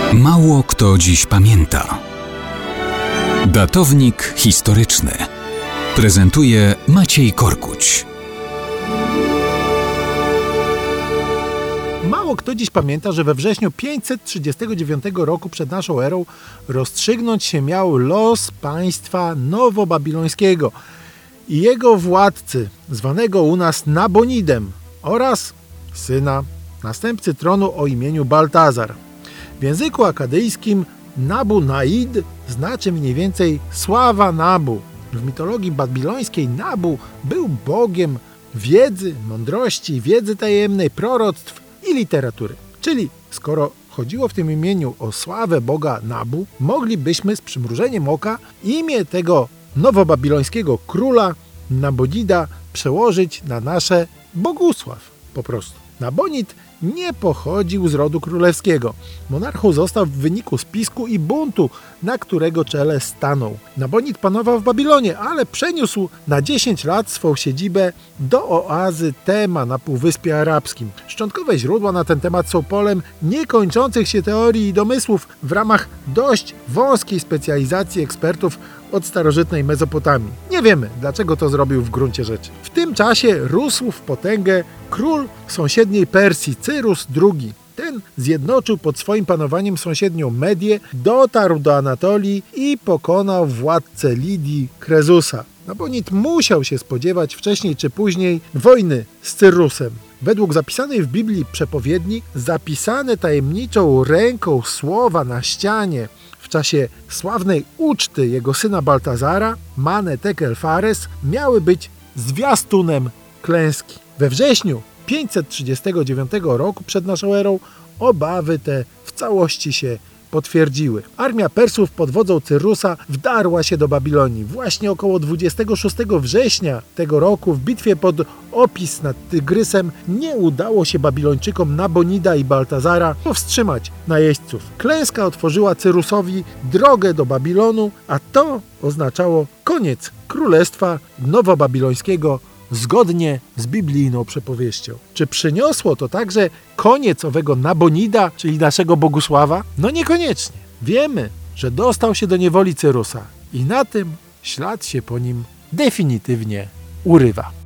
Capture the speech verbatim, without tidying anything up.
Mało kto dziś pamięta. Datownik historyczny prezentuje Maciej Korkuć. Mało kto dziś pamięta, że we wrześniu pięćset trzydziestego dziewiątego roku przed naszą erą rozstrzygnąć się miał los państwa nowobabilońskiego i jego władcy, zwanego u nas Nabonidem, oraz syna, następcy tronu o imieniu Baltazar. W języku akadyjskim Nabu-Naid znaczy mniej więcej sława Nabu. W mitologii babilońskiej Nabu był bogiem wiedzy, mądrości, wiedzy tajemnej, proroctw i literatury. Czyli skoro chodziło w tym imieniu o sławę boga Nabu, moglibyśmy z przymrużeniem oka imię tego nowobabilońskiego króla Nabonida przełożyć na nasze Bogusław po prostu. Nabonid nie pochodził z rodu królewskiego. Monarchą został w wyniku spisku i buntu, na którego czele stanął. Nabonid panował w Babilonie, ale przeniósł na dziesięć lat swą siedzibę do oazy Tema na Półwyspie Arabskim. Szczątkowe źródła na ten temat są polem niekończących się teorii i domysłów w ramach dość wąskiej specjalizacji ekspertów od starożytnej Mezopotamii. Nie wiemy, dlaczego to zrobił w gruncie rzeczy. W tym czasie rósł w potęgę król sąsiedniej Persji, Cyrus drugi. Ten zjednoczył pod swoim panowaniem sąsiednią Medię, dotarł do Anatolii i pokonał władcę Lidii, Krezusa. Nabonid musiał się spodziewać wcześniej czy później wojny z Cyrusem. Według zapisanej w Biblii przepowiedni, zapisane tajemniczą ręką słowa na ścianie w czasie sławnej uczty jego syna Baltazara, Mane Tekel Phares, miały być zwiastunem klęski. We wrześniu pięćset trzydziestego dziewiątego roku przed naszą erą obawy te w całości się potwierdziły. Armia Persów pod wodzą Cyrusa wdarła się do Babilonii. Właśnie około dwudziestego szóstego września tego roku w bitwie pod Opis nad Tygrysem nie udało się Babilończykom Nabonida i Baltazara powstrzymać najeźdźców. Klęska otworzyła Cyrusowi drogę do Babilonu, a to oznaczało koniec królestwa nowobabilońskiego zgodnie z biblijną przepowieścią. Czy przyniosło to także koniec owego Nabonida, czyli naszego Bogusława? No niekoniecznie. Wiemy, że dostał się do niewoli Cyrusa i na tym ślad się po nim definitywnie urywa.